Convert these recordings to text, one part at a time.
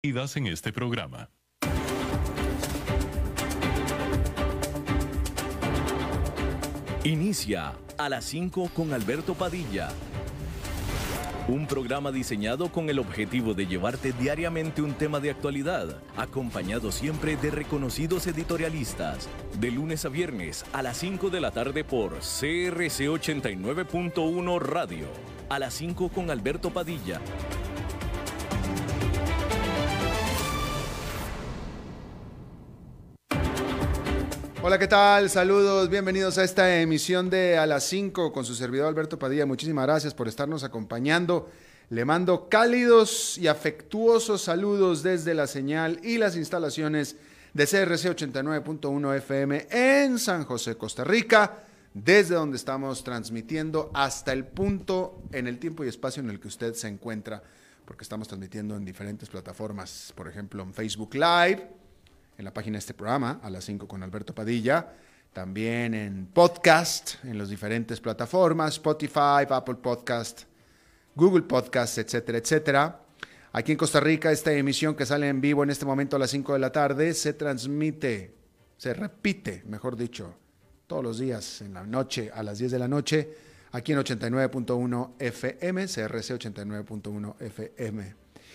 en este programa. Inicia a las 5 con Alberto Padilla. Un programa diseñado con el objetivo de llevarte diariamente un tema de actualidad, acompañado siempre de reconocidos editorialistas, de lunes a viernes a las 5 de la tarde por CRC 89.1 Radio. A las 5 con Alberto Padilla. Hola, ¿qué tal? Saludos, bienvenidos a esta emisión de A las 5 con su servidor Alberto Padilla. Muchísimas gracias por estarnos acompañando. Le mando cálidos y afectuosos saludos desde la señal y las instalaciones de CRC 89.1 FM en San José, Costa Rica, desde donde estamos transmitiendo hasta el punto en el tiempo y espacio en el que usted se encuentra, porque estamos transmitiendo en diferentes plataformas, por ejemplo en Facebook Live, en la página de este programa, A las 5 con Alberto Padilla, también en podcast, en las diferentes plataformas, Spotify, Apple Podcast, Google Podcast, etcétera, etcétera. Aquí en Costa Rica, esta emisión que sale en vivo en este momento a las 5 de la tarde, se repite, mejor dicho, todos los días en la noche, a las 10 de la noche, aquí en 89.1 FM, CRC 89.1 FM.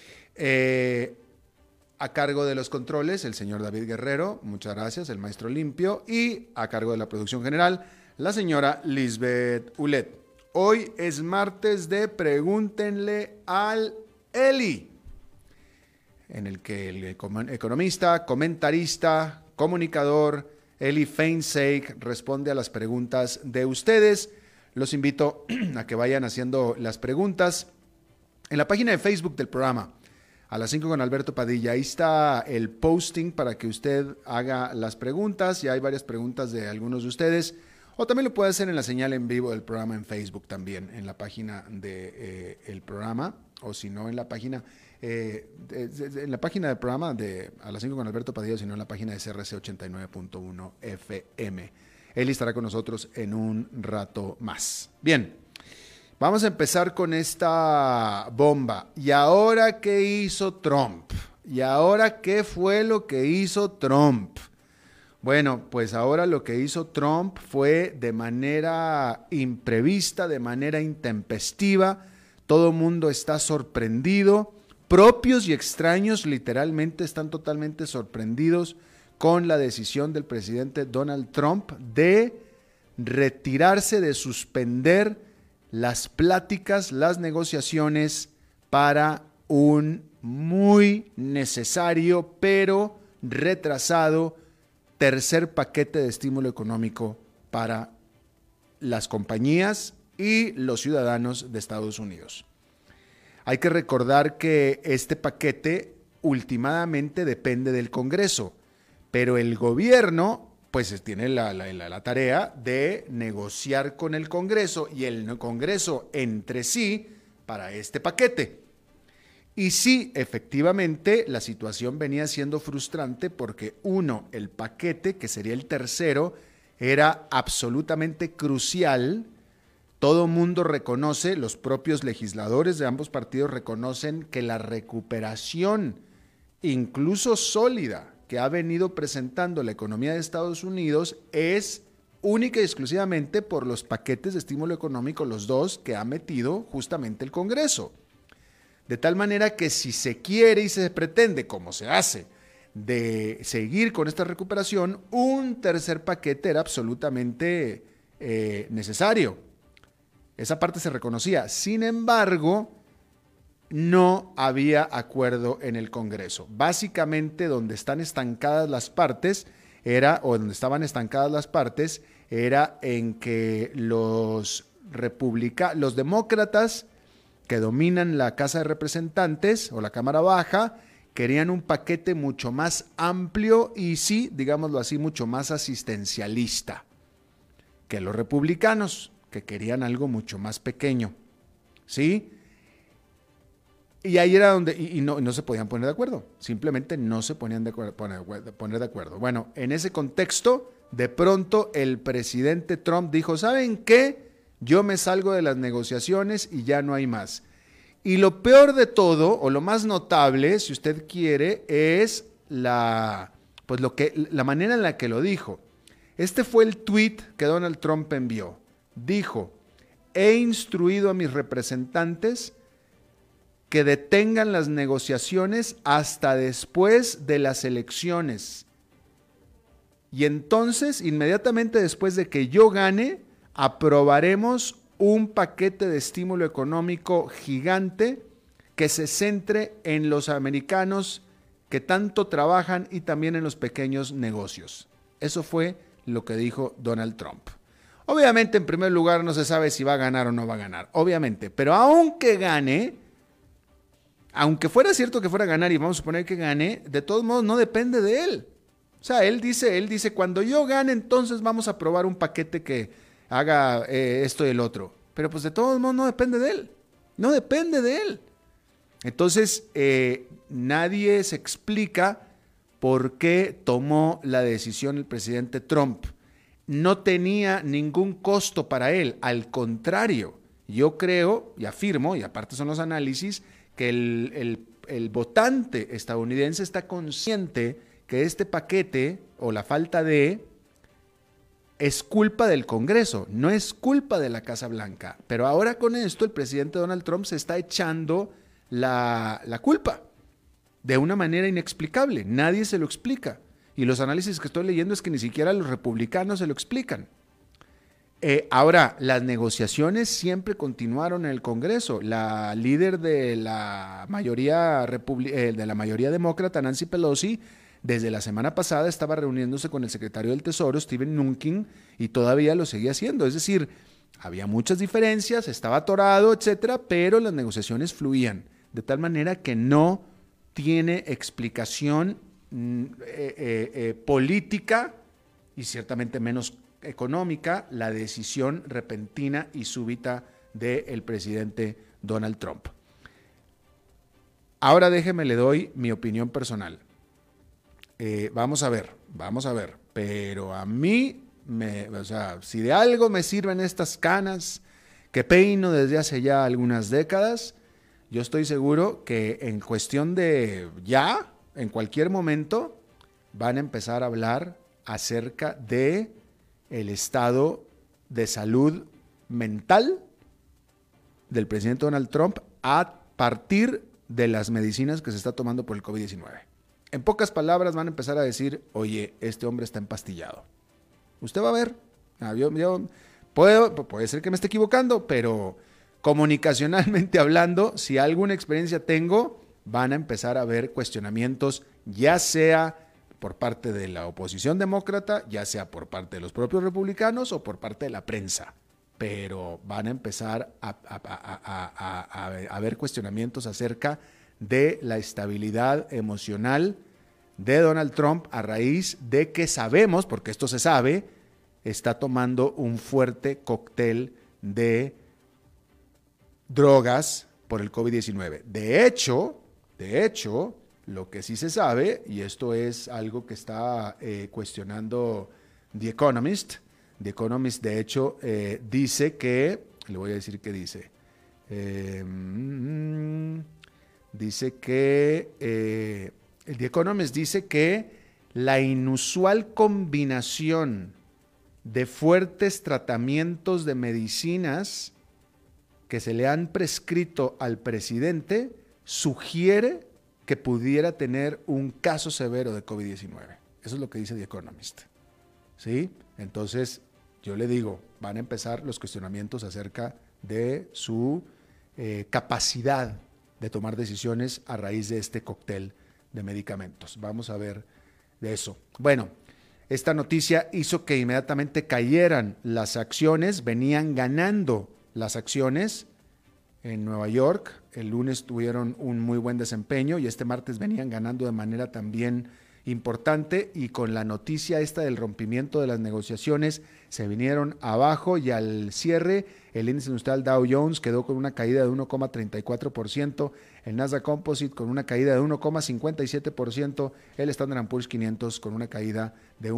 A cargo de los controles, el señor David Guerrero, muchas gracias, el maestro Limpio, y a cargo de la producción general, la señora Lisbeth Ulet. Hoy es martes de Pregúntenle al Eli, en el que el economista, comentarista, comunicador, Eli Feinsake responde a las preguntas de ustedes. Los invito a que vayan haciendo las preguntas en la página de Facebook del programa. A las 5 con Alberto Padilla, ahí está el posting para que usted haga las preguntas. Ya hay varias preguntas de algunos de ustedes. O también lo puede hacer en la señal en vivo del programa en Facebook también, en la página del programa. O si no, en la página del programa de A las 5 con Alberto Padilla, sino en la página de CRC 89.1 FM. Él estará con nosotros en un rato más. Bien. Vamos a empezar con esta bomba. ¿Y ahora qué hizo Trump? ¿Y ahora qué fue lo que hizo Trump? Bueno, pues ahora lo que hizo Trump fue de manera imprevista, de manera intempestiva. Todo el mundo está sorprendido. Propios y extraños literalmente están totalmente sorprendidos con la decisión del presidente Donald Trump de retirarse, de suspender las pláticas, las negociaciones para un muy necesario pero retrasado tercer paquete de estímulo económico para las compañías y los ciudadanos de Estados Unidos. Hay que recordar que este paquete últimamente depende del Congreso, pero el gobierno pues tiene la tarea de negociar con el Congreso y el Congreso entre sí para este paquete. Y sí, efectivamente, la situación venía siendo frustrante porque el paquete, que sería el tercero, era absolutamente crucial. Todo mundo reconoce, los propios legisladores de ambos partidos reconocen que la recuperación, incluso sólida, que ha venido presentando la economía de Estados Unidos es única y exclusivamente por los paquetes de estímulo económico, los dos que ha metido justamente el Congreso. De tal manera que si se quiere y se pretende, como se hace, de seguir con esta recuperación, un tercer paquete era absolutamente necesario. Esa parte se reconocía. Sin embargo, no había acuerdo en el Congreso. Básicamente, donde estaban estancadas las partes era en que los demócratas que dominan la Casa de Representantes o la Cámara Baja querían un paquete mucho más amplio y sí, digámoslo así, mucho más asistencialista que los republicanos, que querían algo mucho más pequeño, ¿sí? Y ahí era donde, no se podían poner de acuerdo, simplemente no se ponían poner de acuerdo. Bueno, en ese contexto, de pronto el presidente Trump dijo, ¿saben qué? Yo me salgo de las negociaciones y ya no hay más. Y lo peor de todo, o lo más notable, si usted quiere, es la manera en la que lo dijo. Este fue el tuit que Donald Trump envió. Dijo: he instruido a mis representantes que detengan las negociaciones hasta después de las elecciones. Y entonces, inmediatamente después de que yo gane, aprobaremos un paquete de estímulo económico gigante que se centre en los americanos que tanto trabajan y también en los pequeños negocios. Eso fue lo que dijo Donald Trump. Obviamente, en primer lugar, no se sabe si va a ganar o no va a ganar, obviamente, pero aunque gane, aunque fuera cierto que fuera a ganar y vamos a suponer que gane, de todos modos no depende de él. O sea, él dice, cuando yo gane, entonces vamos a aprobar un paquete que haga esto y el otro. Pero pues de todos modos no depende de él. No depende de él. Entonces, nadie se explica por qué tomó la decisión el presidente Trump. No tenía ningún costo para él. Al contrario, yo creo y afirmo, y aparte son los análisis, que el votante estadounidense está consciente que este paquete o la falta de es culpa del Congreso, no es culpa de la Casa Blanca. Pero ahora con esto el presidente Donald Trump se está echando la culpa de una manera inexplicable. Nadie se lo explica. Y los análisis que estoy leyendo es que ni siquiera los republicanos se lo explican. Ahora, las negociaciones siempre continuaron en el Congreso. La líder de la mayoría demócrata, Nancy Pelosi, desde la semana pasada estaba reuniéndose con el secretario del Tesoro, Steven Mnuchin, y todavía lo seguía haciendo. Es decir, había muchas diferencias, estaba atorado, etcétera, pero las negociaciones fluían, de tal manera que no tiene explicación política y ciertamente menos económica la decisión repentina y súbita del presidente Donald Trump. Ahora déjeme, le doy mi opinión personal. Vamos a ver, pero a mí, si de algo me sirven estas canas que peino desde hace ya algunas décadas, yo estoy seguro que en cuestión de ya, en cualquier momento, van a empezar a hablar acerca de el estado de salud mental del presidente Donald Trump a partir de las medicinas que se está tomando por el COVID-19. En pocas palabras van a empezar a decir, oye, este hombre está empastillado. Usted va a ver, puede ser que me esté equivocando, pero comunicacionalmente hablando, si alguna experiencia tengo, van a empezar a haber cuestionamientos, ya sea por parte de la oposición demócrata, ya sea por parte de los propios republicanos o por parte de la prensa. Pero van a empezar a haber cuestionamientos acerca de la estabilidad emocional de Donald Trump a raíz de que sabemos, porque esto se sabe, está tomando un fuerte cóctel de drogas por el COVID-19. De hecho, lo que sí se sabe, y esto es algo que está cuestionando The Economist de hecho dice que, le voy a decir qué dice, The Economist dice que la inusual combinación de fuertes tratamientos de medicinas que se le han prescrito al presidente sugiere que pudiera tener un caso severo de COVID-19. Eso es lo que dice The Economist. ¿Sí? Entonces, yo le digo, van a empezar los cuestionamientos acerca de su capacidad de tomar decisiones a raíz de este cóctel de medicamentos. Vamos a ver de eso. Bueno, esta noticia hizo que inmediatamente cayeran las acciones, venían ganando las acciones en Nueva York. El lunes tuvieron un muy buen desempeño y este martes venían ganando de manera también importante, y con la noticia esta del rompimiento de las negociaciones se vinieron abajo, y al cierre el índice industrial Dow Jones quedó con una caída de 1,34%, el Nasdaq Composite con una caída de 1,57%, el Standard & Poor's 500 con una caída de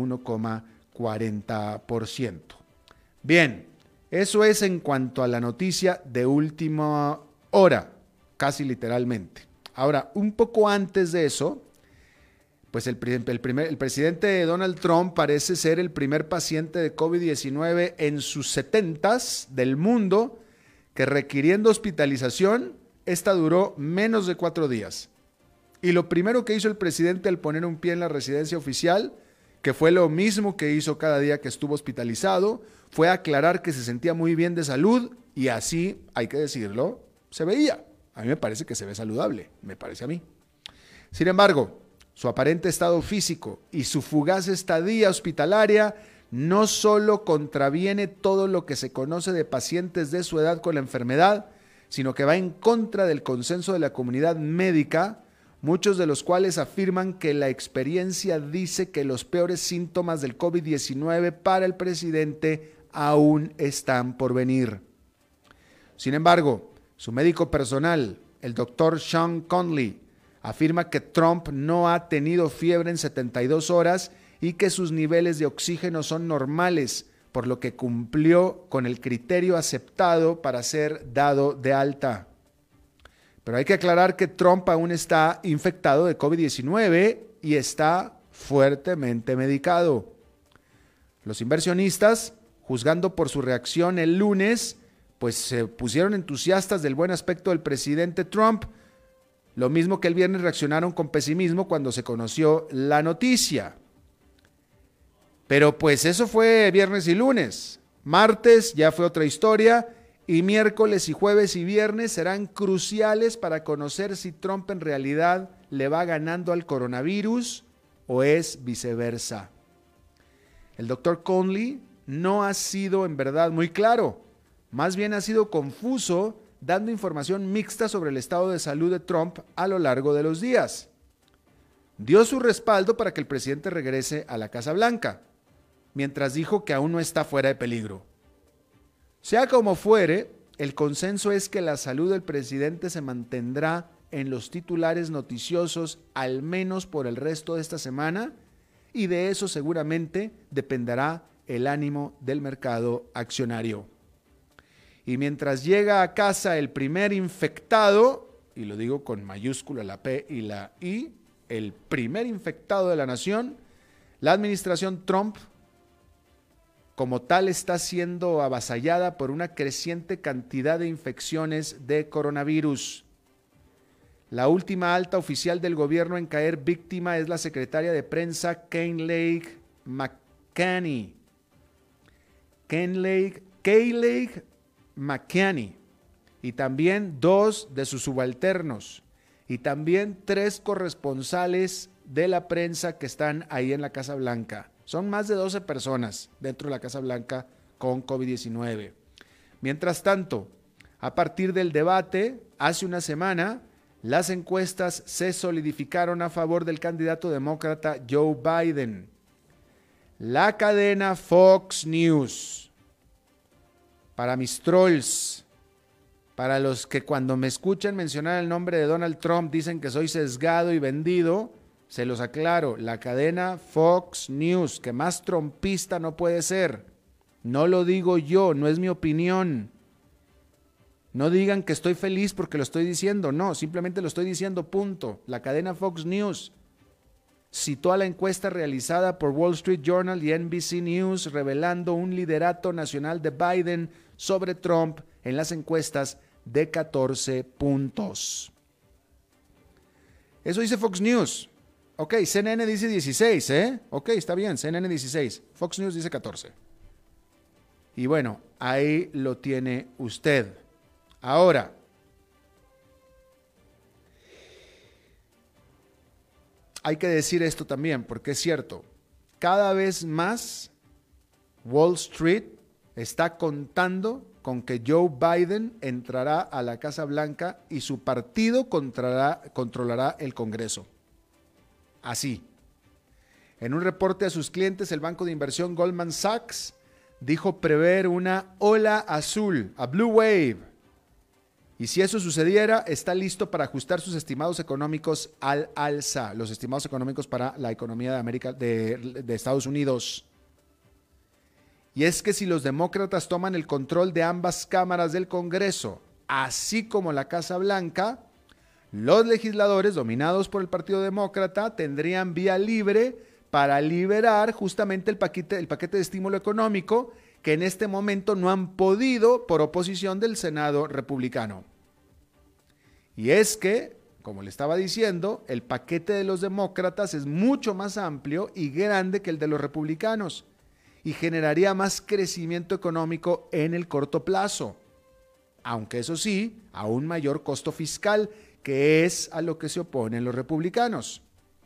1,40%. Bien, eso es en cuanto a la noticia de última hora. casi literalmente. Ahora, un poco antes de eso, pues el presidente Donald Trump parece ser el primer paciente de COVID-19 en sus 70s del mundo que, requiriendo hospitalización, esta duró menos de 4 días. Y lo primero que hizo el presidente al poner un pie en la residencia oficial, que fue lo mismo que hizo cada día que estuvo hospitalizado, fue aclarar que se sentía muy bien de salud y así, hay que decirlo, se veía. A mí me parece que se ve saludable, me parece a mí. Sin embargo, su aparente estado físico y su fugaz estadía hospitalaria no solo contraviene todo lo que se conoce de pacientes de su edad con la enfermedad, sino que va en contra del consenso de la comunidad médica, muchos de los cuales afirman que la experiencia dice que los peores síntomas del COVID-19 para el presidente aún están por venir. Sin embargo, su médico personal, el doctor Sean Conley, afirma que Trump no ha tenido fiebre en 72 horas y que sus niveles de oxígeno son normales, por lo que cumplió con el criterio aceptado para ser dado de alta. Pero hay que aclarar que Trump aún está infectado de COVID-19 y está fuertemente medicado. Los inversionistas, juzgando por su reacción el lunes, pues se pusieron entusiastas del buen aspecto del presidente Trump, lo mismo que el viernes reaccionaron con pesimismo cuando se conoció la noticia. Pero pues eso fue viernes y lunes. Martes ya fue otra historia y miércoles y jueves y viernes serán cruciales para conocer si Trump en realidad le va ganando al coronavirus o es viceversa. El doctor Conley no ha sido en verdad muy claro, más bien ha sido confuso, dando información mixta sobre el estado de salud de Trump a lo largo de los días. Dio su respaldo para que el presidente regrese a la Casa Blanca, mientras dijo que aún no está fuera de peligro. Sea como fuere, el consenso es que la salud del presidente se mantendrá en los titulares noticiosos al menos por el resto de esta semana, y de eso seguramente dependerá el ánimo del mercado accionario. Y mientras llega a casa el primer infectado, y lo digo con mayúscula la P y la I, el primer infectado de la nación, la administración Trump como tal está siendo avasallada por una creciente cantidad de infecciones de coronavirus. La última alta oficial del gobierno en caer víctima es la secretaria de prensa Kayleigh McEnany. Kayleigh McEnany, y también 2 de sus subalternos, y también 3 corresponsales de la prensa que están ahí en la Casa Blanca. Son más de 12 personas dentro de la Casa Blanca con COVID-19. Mientras tanto, a partir del debate, hace una semana, las encuestas se solidificaron a favor del candidato demócrata Joe Biden. La cadena Fox News, para mis trolls, para los que cuando me escuchan mencionar el nombre de Donald Trump dicen que soy sesgado y vendido, se los aclaro, la cadena Fox News, que más trumpista no puede ser. No lo digo yo, no es mi opinión. No digan que estoy feliz porque lo estoy diciendo, no, simplemente lo estoy diciendo, punto. La cadena Fox News citó a la encuesta realizada por Wall Street Journal y NBC News revelando un liderato nacional de Biden sobre Trump en las encuestas de 14 puntos. Eso dice Fox News. Ok, CNN dice 16, ¿eh? Ok, está bien, CNN 16. Fox News dice 14. Y bueno, ahí lo tiene usted. Ahora, hay que decir esto también, porque es cierto, cada vez más Wall Street está contando con que Joe Biden entrará a la Casa Blanca y su partido controlará el Congreso. Así. En un reporte a sus clientes, el banco de inversión Goldman Sachs dijo prever una ola azul, a blue wave. Y si eso sucediera, está listo para ajustar sus estimados económicos al alza, los estimados económicos para la economía de Estados Unidos. Y es que si los demócratas toman el control de ambas cámaras del Congreso, así como la Casa Blanca, los legisladores dominados por el Partido Demócrata tendrían vía libre para liberar justamente el paquete de estímulo económico que en este momento no han podido por oposición del Senado republicano. Y es que, como le estaba diciendo, el paquete de los demócratas es mucho más amplio y grande que el de los republicanos y generaría más crecimiento económico en el corto plazo, aunque eso sí, a un mayor costo fiscal, que es a lo que se oponen los republicanos.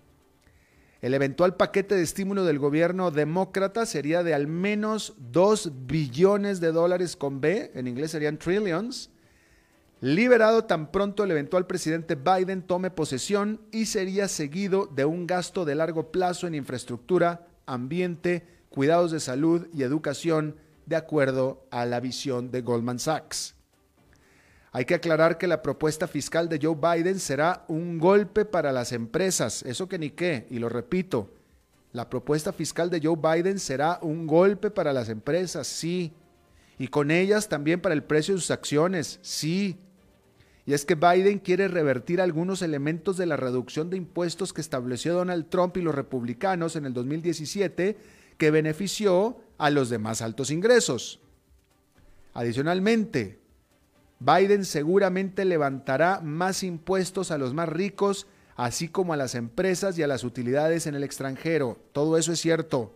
El eventual paquete de estímulo del gobierno demócrata sería de al menos $2 billones con B, en inglés serían trillions, liberado tan pronto el eventual presidente Biden tome posesión y sería seguido de un gasto de largo plazo en infraestructura, ambiente, cuidados de salud y educación, de acuerdo a la visión de Goldman Sachs. Hay que aclarar que la propuesta fiscal de Joe Biden será un golpe para las empresas, eso que ni qué, y lo repito, la propuesta fiscal de Joe Biden será un golpe para las empresas, sí, y con ellas también para el precio de sus acciones, sí. Y es que Biden quiere revertir algunos elementos de la reducción de impuestos que estableció Donald Trump y los republicanos en el 2017, que benefició a los de más altos ingresos. Adicionalmente, Biden seguramente levantará más impuestos a los más ricos, así como a las empresas y a las utilidades en el extranjero. Todo eso es cierto.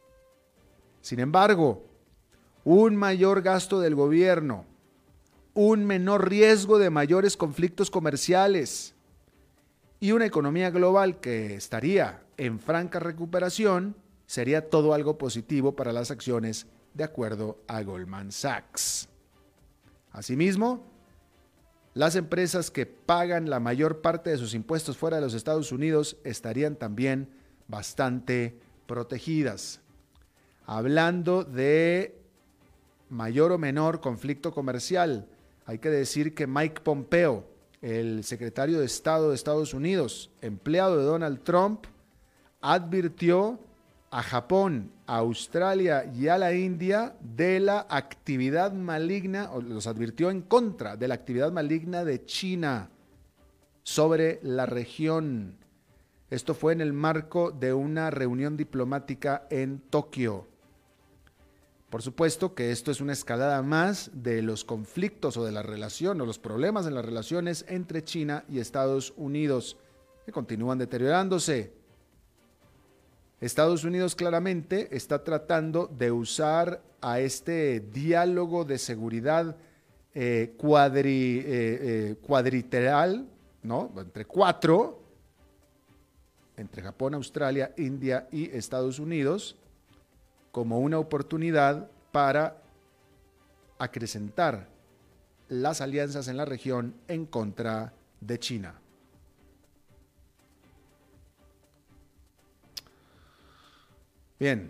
Sin embargo, un mayor gasto del gobierno, un menor riesgo de mayores conflictos comerciales y una economía global que estaría en franca recuperación, sería todo algo positivo para las acciones, de acuerdo a Goldman Sachs. Asimismo, las empresas que pagan la mayor parte de sus impuestos fuera de los Estados Unidos estarían también bastante protegidas. Hablando de mayor o menor conflicto comercial, hay que decir que Mike Pompeo, el secretario de Estado de Estados Unidos, empleado de Donald Trump, advirtió a Japón, a Australia y a la India de la actividad maligna, o los advirtió en contra de la actividad maligna de China sobre la región. Esto fue en el marco de una reunión diplomática en Tokio. Por supuesto que esto es una escalada más de los conflictos o de la relación o los problemas en las relaciones entre China y Estados Unidos, que continúan deteriorándose. Estados Unidos claramente está tratando de usar a este diálogo de seguridad cuadrilateral, ¿no? Entre cuatro, entre Japón, Australia, India y Estados Unidos, como una oportunidad para acrecentar las alianzas en la región en contra de China. Bien,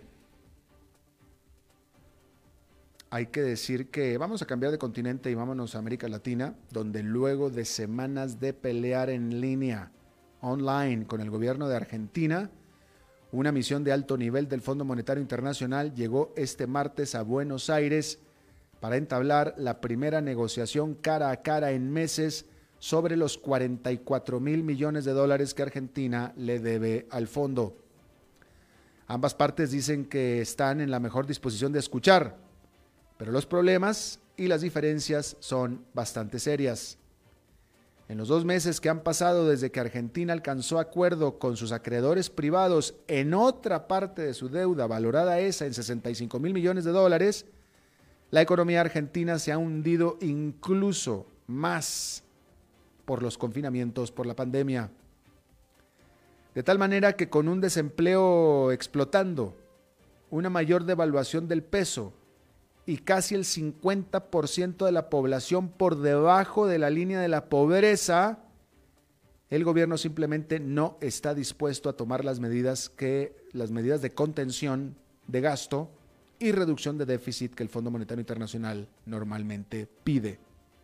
hay que decir que vamos a cambiar de continente y vámonos a América Latina, donde luego de semanas de pelear en línea, online, con el gobierno de Argentina, una misión de alto nivel del Fondo Monetario Internacional llegó este martes a Buenos Aires para entablar la primera negociación cara a cara en meses sobre los $44 mil millones que Argentina le debe al fondo. Ambas partes dicen que están en la mejor disposición de escuchar, pero los problemas y las diferencias son bastante serias. En los 2 meses que han pasado desde que Argentina alcanzó acuerdo con sus acreedores privados en otra parte de su deuda, valorada esa en $65 mil millones, la economía argentina se ha hundido incluso más por los confinamientos por la pandemia. De tal manera que con un desempleo explotando, una mayor devaluación del peso y casi el 50% de la población por debajo de la línea de la pobreza, el gobierno simplemente no está dispuesto a tomar las medidas de contención de gasto y reducción de déficit que el Fondo Monetario Internacional normalmente pide.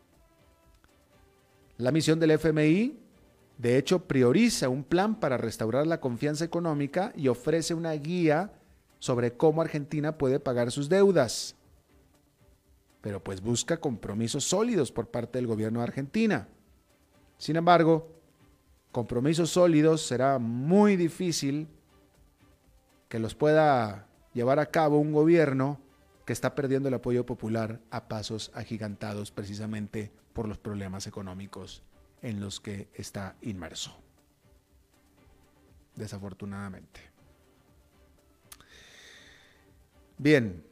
La misión del FMI, de hecho, prioriza un plan para restaurar la confianza económica y ofrece una guía sobre cómo Argentina puede pagar sus deudas. Pero pues busca compromisos sólidos por parte del gobierno de Argentina. Sin embargo, compromisos sólidos será muy difícil que los pueda llevar a cabo un gobierno que está perdiendo el apoyo popular a pasos agigantados precisamente por los problemas económicos en los que está inmerso. Desafortunadamente. Bien.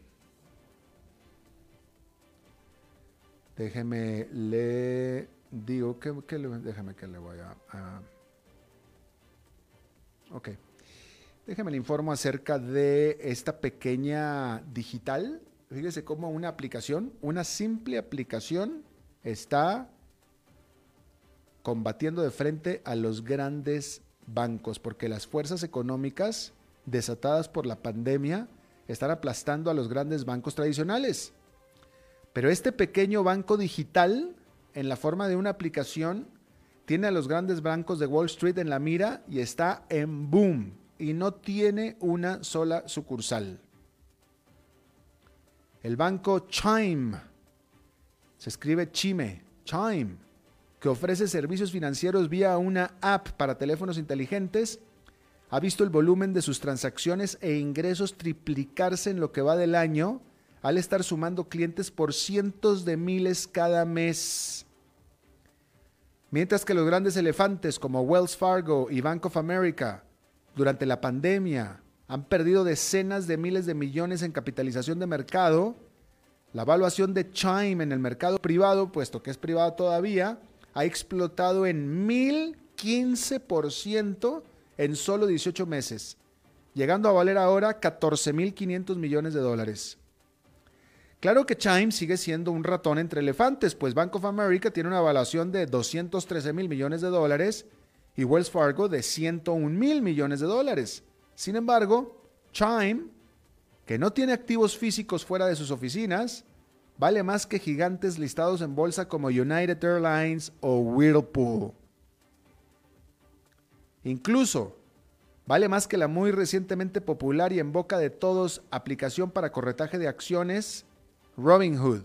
Déjeme le digo que déjame que le voy a ok. Déjeme le informo acerca de esta pequeña digital. Fíjese cómo una aplicación, una simple aplicación, está combatiendo de frente a los grandes bancos, porque las fuerzas económicas desatadas por la pandemia están aplastando a los grandes bancos tradicionales. Pero este pequeño banco digital, en la forma de una aplicación, tiene a los grandes bancos de Wall Street en la mira y está en boom. Y no tiene una sola sucursal. El banco Chime, se escribe Chime, que ofrece servicios financieros vía una app para teléfonos inteligentes, ha visto el volumen de sus transacciones e ingresos triplicarse en lo que va del año, al estar sumando clientes por cientos de miles cada mes. Mientras que los grandes elefantes como Wells Fargo y Bank of America durante la pandemia han perdido decenas de miles de millones en capitalización de mercado, la evaluación de Chime en el mercado privado, puesto que es privado todavía, ha explotado en 1015% en solo 18 meses, llegando a valer ahora 14.500 millones de dólares. Claro que Chime sigue siendo un ratón entre elefantes, pues Bank of America tiene una evaluación de 213.000 millones de dólares y Wells Fargo de 101.000 millones de dólares. Sin embargo, Chime, que no tiene activos físicos fuera de sus oficinas, vale más que gigantes listados en bolsa como United Airlines o Whirlpool. Incluso, vale más que la muy recientemente popular y en boca de todos aplicación para corretaje de acciones, Robinhood.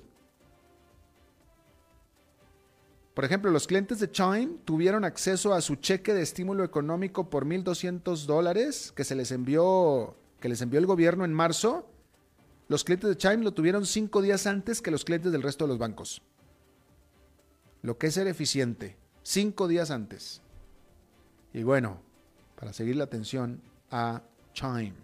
Por ejemplo, los clientes de Chime tuvieron acceso a su cheque de estímulo económico por $1,200 que les envió el gobierno en marzo. Los clientes de Chime lo tuvieron 5 días antes que los clientes del resto de los bancos. Lo que es ser eficiente, 5 días antes. Y bueno, para seguir la atención a Chime.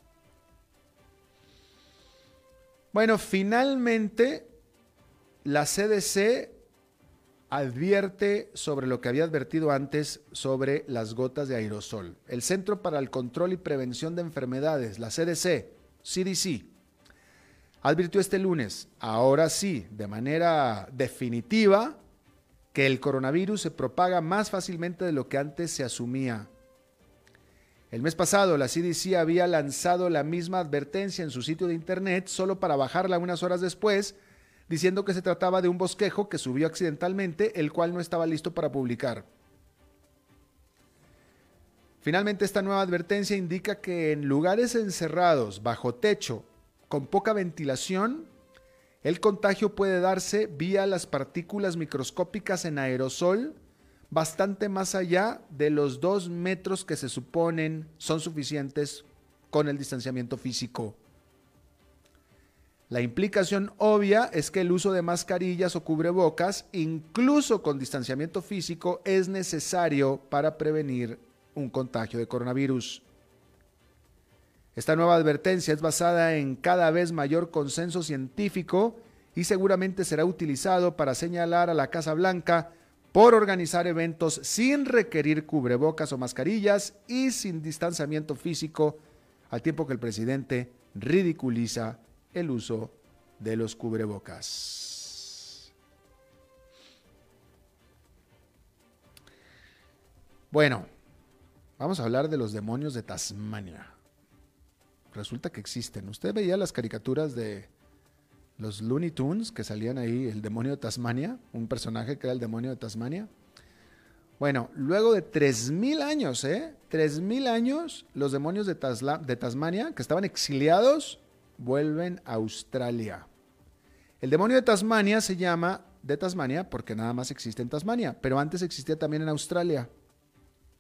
Bueno, finalmente la CDC advierte sobre lo que había advertido antes sobre las gotas de aerosol. El Centro para el Control y Prevención de Enfermedades, la CDC, advirtió este lunes, ahora sí, de manera definitiva, que el coronavirus se propaga más fácilmente de lo que antes se asumía. El mes pasado, la CDC había lanzado la misma advertencia en su sitio de internet solo para bajarla unas horas después, diciendo que se trataba de un bosquejo que subió accidentalmente, el cual no estaba listo para publicar. Finalmente, esta nueva advertencia indica que en lugares encerrados, bajo techo, con poca ventilación, el contagio puede darse vía las partículas microscópicas en aerosol, bastante más allá de los 2 metros que se suponen son suficientes con el distanciamiento físico. La implicación obvia es que el uso de mascarillas o cubrebocas, incluso con distanciamiento físico, es necesario para prevenir un contagio de coronavirus. Esta nueva advertencia es basada en cada vez mayor consenso científico y seguramente será utilizado para señalar a la Casa Blanca por organizar eventos sin requerir cubrebocas o mascarillas y sin distanciamiento físico, al tiempo que el presidente ridiculiza el uso de los cubrebocas. Bueno, vamos a hablar de los demonios de Tasmania. Resulta que existen. Usted veía las caricaturas de los Looney Tunes que salían ahí, el demonio de Tasmania, un personaje que era el demonio de Tasmania. Bueno, luego de 3,000 años, 3,000 años, los demonios de Tasmania, que estaban exiliados, vuelven a Australia. El demonio de Tasmania se llama de Tasmania porque nada más existe en Tasmania, pero antes existía también en Australia.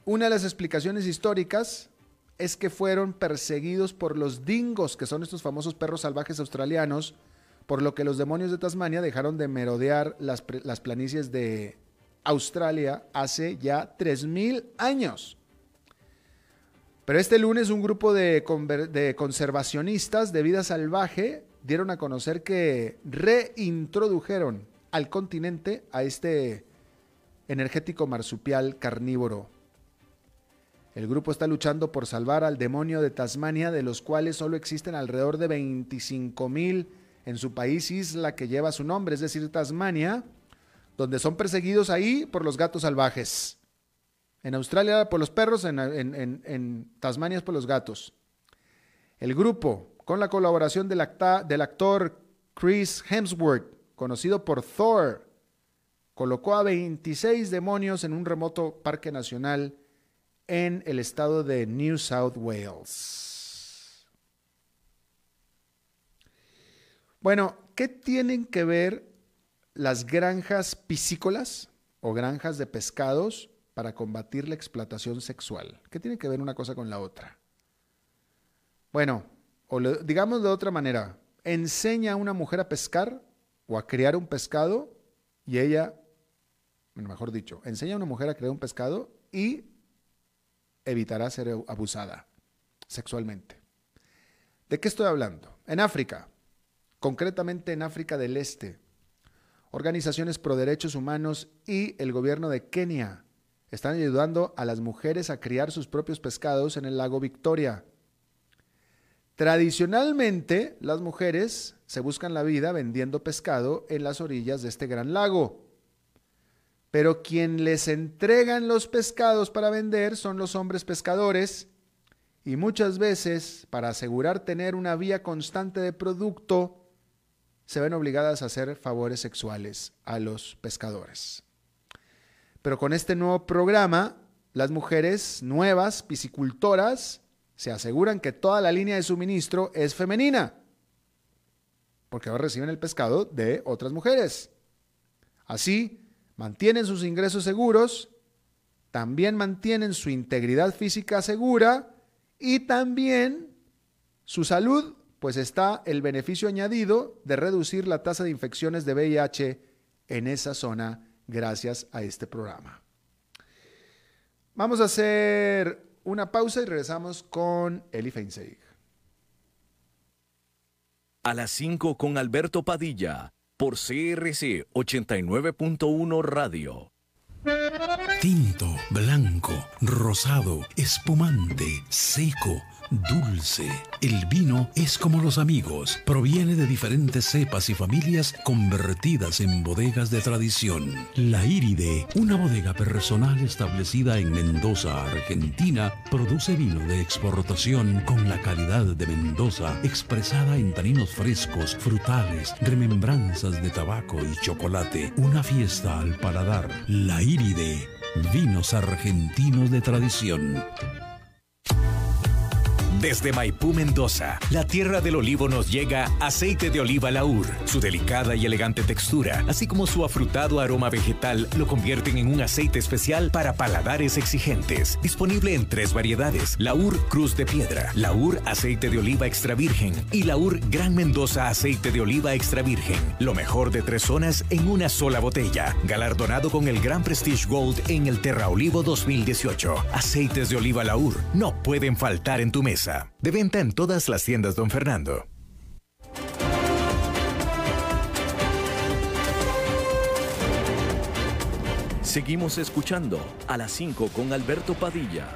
Una de las explicaciones históricas es que fueron perseguidos por los dingos, que son estos famosos perros salvajes australianos, por lo que los demonios de Tasmania dejaron de merodear las planicies de Australia hace ya 3000 años. Pero este lunes un grupo de conservacionistas de vida salvaje dieron a conocer que reintrodujeron al continente a este energético marsupial carnívoro. El grupo está luchando por salvar al demonio de Tasmania, de los cuales solo existen alrededor de 25,000 en su país isla que lleva su nombre, es decir, Tasmania, donde son perseguidos ahí por los gatos salvajes. En Australia por los perros, en Tasmania es por los gatos. El grupo, con la colaboración del actor Chris Hemsworth, conocido por Thor, colocó a 26 demonios en un remoto parque nacional en el estado de New South Wales. Bueno, ¿qué tienen que ver las granjas piscícolas o granjas de pescados para combatir la explotación sexual? ¿Qué tiene que ver una cosa con la otra? Bueno, digamos de otra manera, enseña a una mujer a pescar o a criar un pescado y ella, bueno, mejor dicho, enseña a una mujer a criar un pescado y evitará ser abusada sexualmente. ¿De qué estoy hablando? En África, concretamente en África del Este, organizaciones pro derechos humanos y el gobierno de Kenia están ayudando a las mujeres a criar sus propios pescados en el lago Victoria. Tradicionalmente, las mujeres se buscan la vida vendiendo pescado en las orillas de este gran lago. Pero quien les entregan los pescados para vender son los hombres pescadores y muchas veces, para asegurar tener una vía constante de producto, se ven obligadas a hacer favores sexuales a los pescadores. Pero con este nuevo programa, las mujeres nuevas, piscicultoras, se aseguran que toda la línea de suministro es femenina, porque ahora reciben el pescado de otras mujeres. Así, mantienen sus ingresos seguros, también mantienen su integridad física segura y también su salud, pues está el beneficio añadido de reducir la tasa de infecciones de VIH en esa zona gracias a este programa. Vamos a hacer una pausa y regresamos con Eli Feinseig. A las 5 con Alberto Padilla, por CRC 89.1 Radio. Tinto, blanco, rosado, espumante, seco, dulce. El vino es como los amigos. Proviene de diferentes cepas y familias convertidas en bodegas de tradición. La Iride, una bodega personal establecida en Mendoza, Argentina, produce vino de exportación con la calidad de Mendoza, expresada en taninos frescos, frutales, remembranzas de tabaco y chocolate. Una fiesta al paladar. La Iride, vinos argentinos de tradición. Desde Maipú, Mendoza, la tierra del olivo, nos llega aceite de oliva Laur. Su delicada y elegante textura, así como su afrutado aroma vegetal, lo convierten en un aceite especial para paladares exigentes. Disponible en 3 variedades: Laur Cruz de Piedra, Laur Aceite de Oliva Extra Virgen y Laur Gran Mendoza Aceite de Oliva Extra Virgen. Lo mejor de 3 zonas en una sola botella. Galardonado con el Gran Prestige Gold en el Terra Olivo 2018. Aceites de oliva Laur no pueden faltar en tu mesa. De venta en todas las tiendas Don Fernando. Seguimos escuchando a las 5 con Alberto Padilla.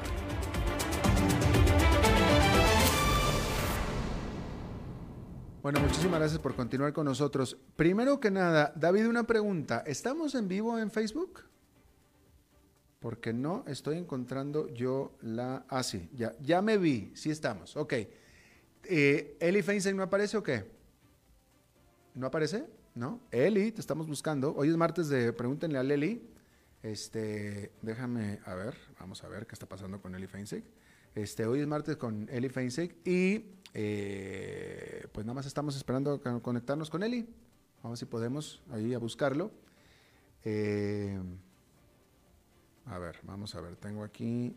Bueno, muchísimas gracias por continuar con nosotros. Primero que nada, David, una pregunta. ¿Estamos en vivo en Facebook? Porque no estoy encontrando yo la... Ah, sí, ya me vi, sí estamos, ok. ¿Eli Feinstein no aparece o qué? ¿No aparece? ¿No? Eli, te estamos buscando. Hoy es martes de Pregúntenle a Eli. Déjame, a ver, vamos a ver qué está pasando con Eli Feinstein. Hoy es martes con Eli Feinstein y pues nada más estamos esperando a conectarnos con Eli. Vamos si podemos ahí a buscarlo. A ver, vamos a ver, tengo aquí...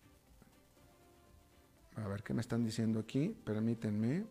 A ver qué me están diciendo aquí, permítanme.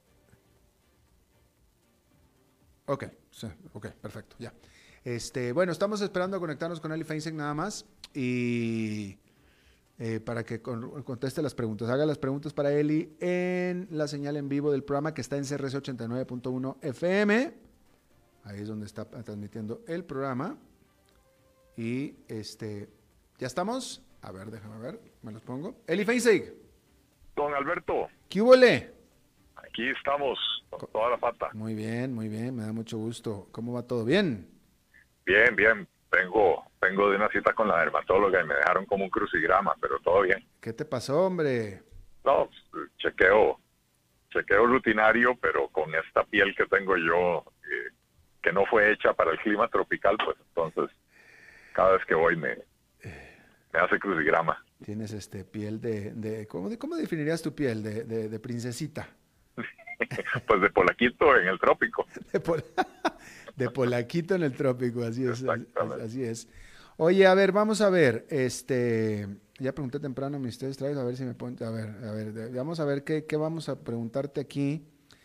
Ok, sí, ok, perfecto, ya. Bueno, estamos esperando a conectarnos con Eli Feinstein nada más y para que conteste las preguntas. Haga las preguntas para Eli en la señal en vivo del programa que está en CRC 89.1 FM. Ahí es donde está transmitiendo el programa. Y ¿ya estamos? A ver, déjame ver, me los pongo. Eli Feinstein. Don Alberto. ¿Qué hubole? Aquí estamos, con toda la pata. Muy bien, me da mucho gusto. ¿Cómo va todo? ¿Bien? Bien, bien. Vengo de una cita con la dermatóloga y me dejaron como un crucigrama, pero todo bien. ¿Qué te pasó, hombre? No, chequeo rutinario, pero con esta piel que tengo yo, que no fue hecha para el clima tropical, pues entonces cada vez que voy me hace crucigrama. Tienes piel de ¿cómo definirías tu piel? De princesita. Pues de polaquito en el trópico. De polaquito en el trópico, así es. Así es. Oye, a ver, vamos a ver. Ya pregunté temprano a mis test, a ver si me ponen. A ver, vamos a ver qué vamos a preguntarte aquí.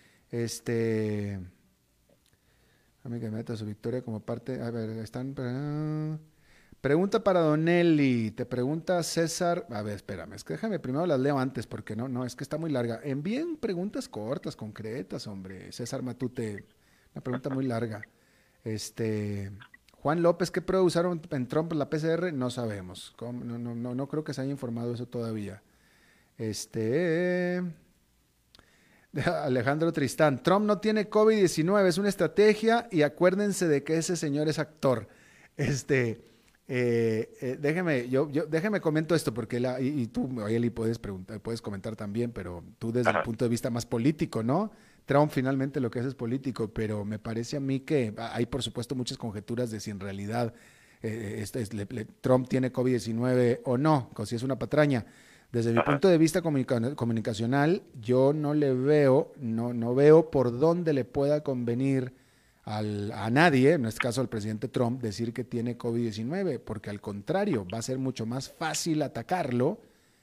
A mí que me meta su victoria como parte. A ver, pregunta para Don Eli. Te pregunta César. A ver, espérame, es que déjame primero las leo antes porque no, es que está muy larga. Envíen preguntas cortas, concretas, hombre. César Matute, una pregunta muy larga. Juan López, ¿qué prueba usaron en Trump la PCR? No sabemos. No creo que se haya informado eso todavía. Alejandro Tristán, Trump no tiene COVID-19, es una estrategia y acuérdense de que ese señor es actor. Déjeme comento esto porque y tú, Eli, puedes comentar también, pero tú desde el punto de vista más político, ¿no? Trump finalmente lo que es político, pero me parece a mí que hay por supuesto muchas conjeturas de si en realidad Trump tiene COVID-19 o no, o si es una patraña. Desde mi punto de vista comunicacional, yo no veo por dónde le pueda convenir a nadie, en este caso al presidente Trump, decir que tiene COVID-19, porque al contrario, va a ser mucho más fácil atacarlo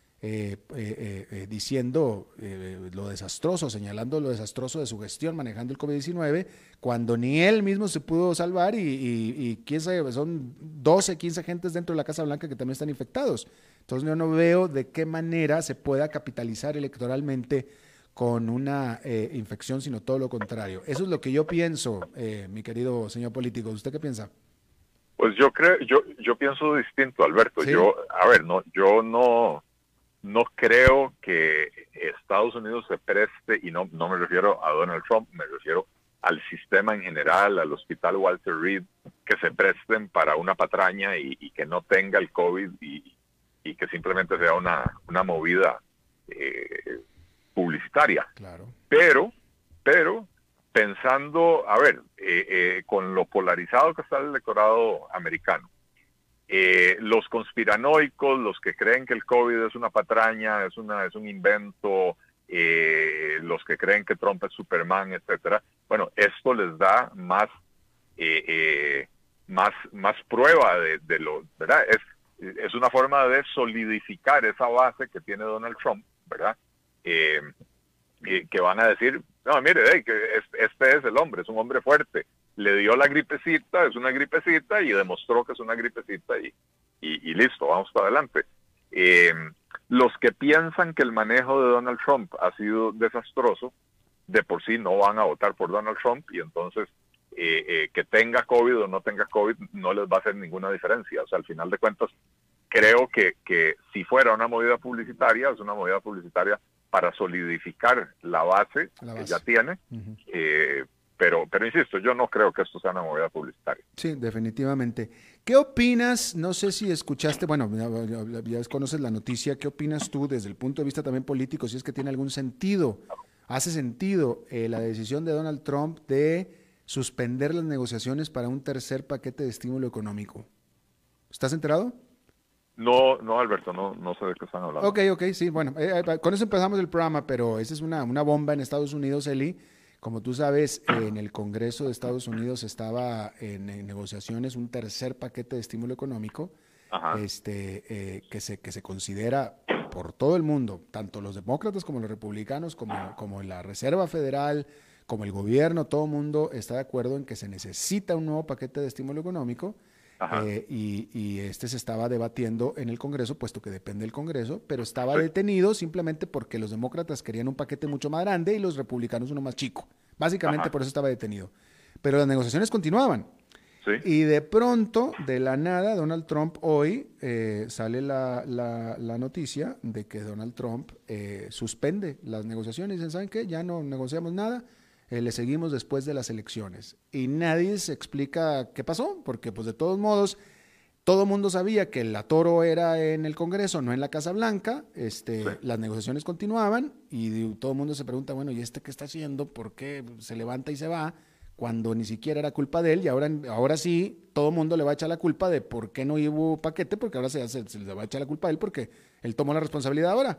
diciendo lo desastroso, señalando lo desastroso de su gestión manejando el COVID-19, cuando ni él mismo se pudo salvar y quién sabe, son 12, 15 agentes dentro de la Casa Blanca que también están infectados. Entonces yo no veo de qué manera se pueda capitalizar electoralmente con una infección, sino todo lo contrario. Eso es lo que yo pienso, mi querido señor político. ¿Usted qué piensa? Pues yo pienso distinto, Alberto. ¿Sí? Yo no creo que Estados Unidos se preste, y no me refiero a Donald Trump, me refiero al sistema en general, al hospital Walter Reed, que se presten para una patraña y que no tenga el COVID y que simplemente sea una movida publicitaria. Claro. Pero pensando, con lo polarizado que está el electorado americano, los conspiranoicos, los que creen que el COVID es una patraña, es un invento, los que creen que Trump es Superman, etcétera. Bueno, esto les da más prueba de lo, ¿verdad? Es una forma de solidificar esa base que tiene Donald Trump, ¿verdad? Que van a decir, no, mire, que este es el hombre, es un hombre fuerte. Le dio la gripecita, es una gripecita y demostró que es una gripecita y listo, vamos para adelante. Los que piensan que el manejo de Donald Trump ha sido desastroso, de por sí no van a votar por Donald Trump y entonces que tenga COVID o no tenga COVID no les va a hacer ninguna diferencia. O sea, al final de cuentas, creo que si fuera una movida publicitaria, es una movida publicitaria para solidificar la base que ya tiene. Uh-huh. Pero insisto, yo no creo que esto sea una movida publicitaria. Sí, definitivamente. ¿Qué opinas? No sé si escuchaste, bueno, ya conoces la noticia. ¿Qué opinas tú desde el punto de vista también político? Si es que tiene algún sentido, ¿hace sentido la decisión de Donald Trump de suspender las negociaciones para un tercer paquete de estímulo económico? ¿Estás enterado? No, Alberto, no sé de qué están hablando. Ok, sí, bueno, con eso empezamos el programa, pero esa es una bomba en Estados Unidos, Eli. Como tú sabes, en el Congreso de Estados Unidos estaba en negociaciones un tercer paquete de estímulo económico que se considera por todo el mundo, tanto los demócratas como los republicanos, como la Reserva Federal, como el gobierno, todo el mundo está de acuerdo en que se necesita un nuevo paquete de estímulo económico. Y este se estaba debatiendo en el Congreso, puesto que depende del Congreso, pero estaba detenido simplemente porque los demócratas querían un paquete mucho más grande y los republicanos uno más chico. Básicamente por eso estaba detenido. Pero las negociaciones continuaban. Sí. Y de pronto, de la nada, Donald Trump hoy sale la noticia de que Donald Trump suspende las negociaciones. Dicen, ¿saben qué? Ya no negociamos nada. Le seguimos después de las elecciones. Y nadie se explica qué pasó, porque pues de todos modos, todo el mundo sabía que el atoro era en el Congreso, no en la Casa Blanca. Las negociaciones continuaban y todo el mundo se pregunta, bueno, ¿y este qué está haciendo? ¿Por qué se levanta y se va? Cuando ni siquiera era culpa de él, y ahora sí, todo el mundo le va a echar la culpa de por qué no hubo paquete, porque ahora se le va a echar la culpa a él porque él tomó la responsabilidad ahora.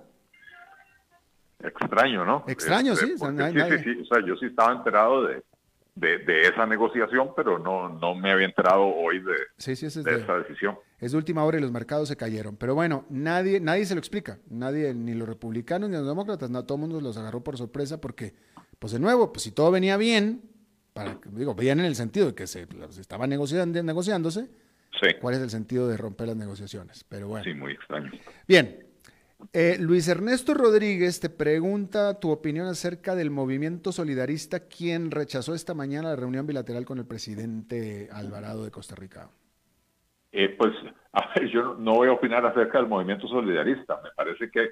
Extraño, ¿no? Extraño, sí. Sí. O sea, yo sí estaba enterado de esa negociación, pero no me había enterado hoy de esa decisión. Es de última hora y los mercados se cayeron. Pero bueno, nadie se lo explica. Nadie, ni los republicanos ni los demócratas, no, todo el mundo los agarró por sorpresa porque, pues de nuevo, pues si todo venía bien, bien en el sentido de que se estaba negociándose, ¿cuál es el sentido de romper las negociaciones? Pero bueno. Sí, muy extraño. Bien. Luis Ernesto Rodríguez te pregunta tu opinión acerca del movimiento solidarista, quien rechazó esta mañana la reunión bilateral con el presidente Alvarado de Costa Rica. Pues, a ver, yo no voy a opinar acerca del movimiento solidarista. Me parece que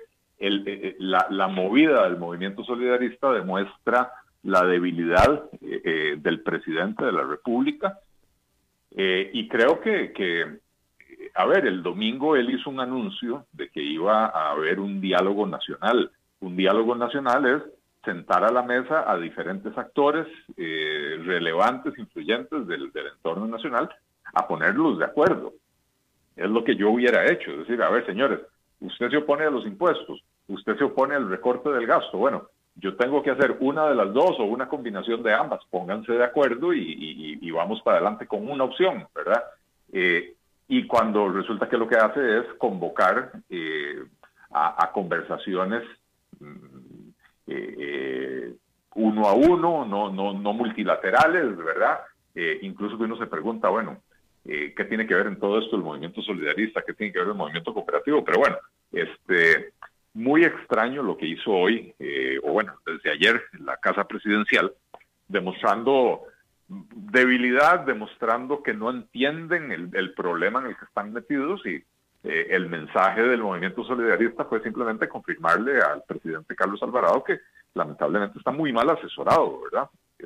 la movida del movimiento solidarista demuestra la debilidad del presidente de la República y creo que a ver, el domingo él hizo un anuncio de que iba a haber un diálogo nacional. Un diálogo nacional es sentar a la mesa a diferentes actores relevantes, influyentes del entorno nacional, a ponerlos de acuerdo. Es lo que yo hubiera hecho. Es decir, a ver, señores, usted se opone a los impuestos, usted se opone al recorte del gasto. Bueno, yo tengo que hacer una de las dos o una combinación de ambas. Pónganse de acuerdo y vamos para adelante con una opción, ¿verdad? Y cuando resulta que lo que hace es convocar a conversaciones uno a uno, no multilaterales, ¿verdad? Incluso que uno se pregunta, bueno, ¿qué tiene que ver en todo esto el movimiento solidarista? ¿Qué tiene que ver el movimiento cooperativo? Pero bueno, muy extraño lo que hizo hoy, o bueno, desde ayer, en la Casa Presidencial, demostrando debilidad, demostrando que no entienden el problema en el que están metidos y el mensaje del movimiento solidarista fue simplemente confirmarle al presidente Carlos Alvarado que lamentablemente está muy mal asesorado, ¿verdad?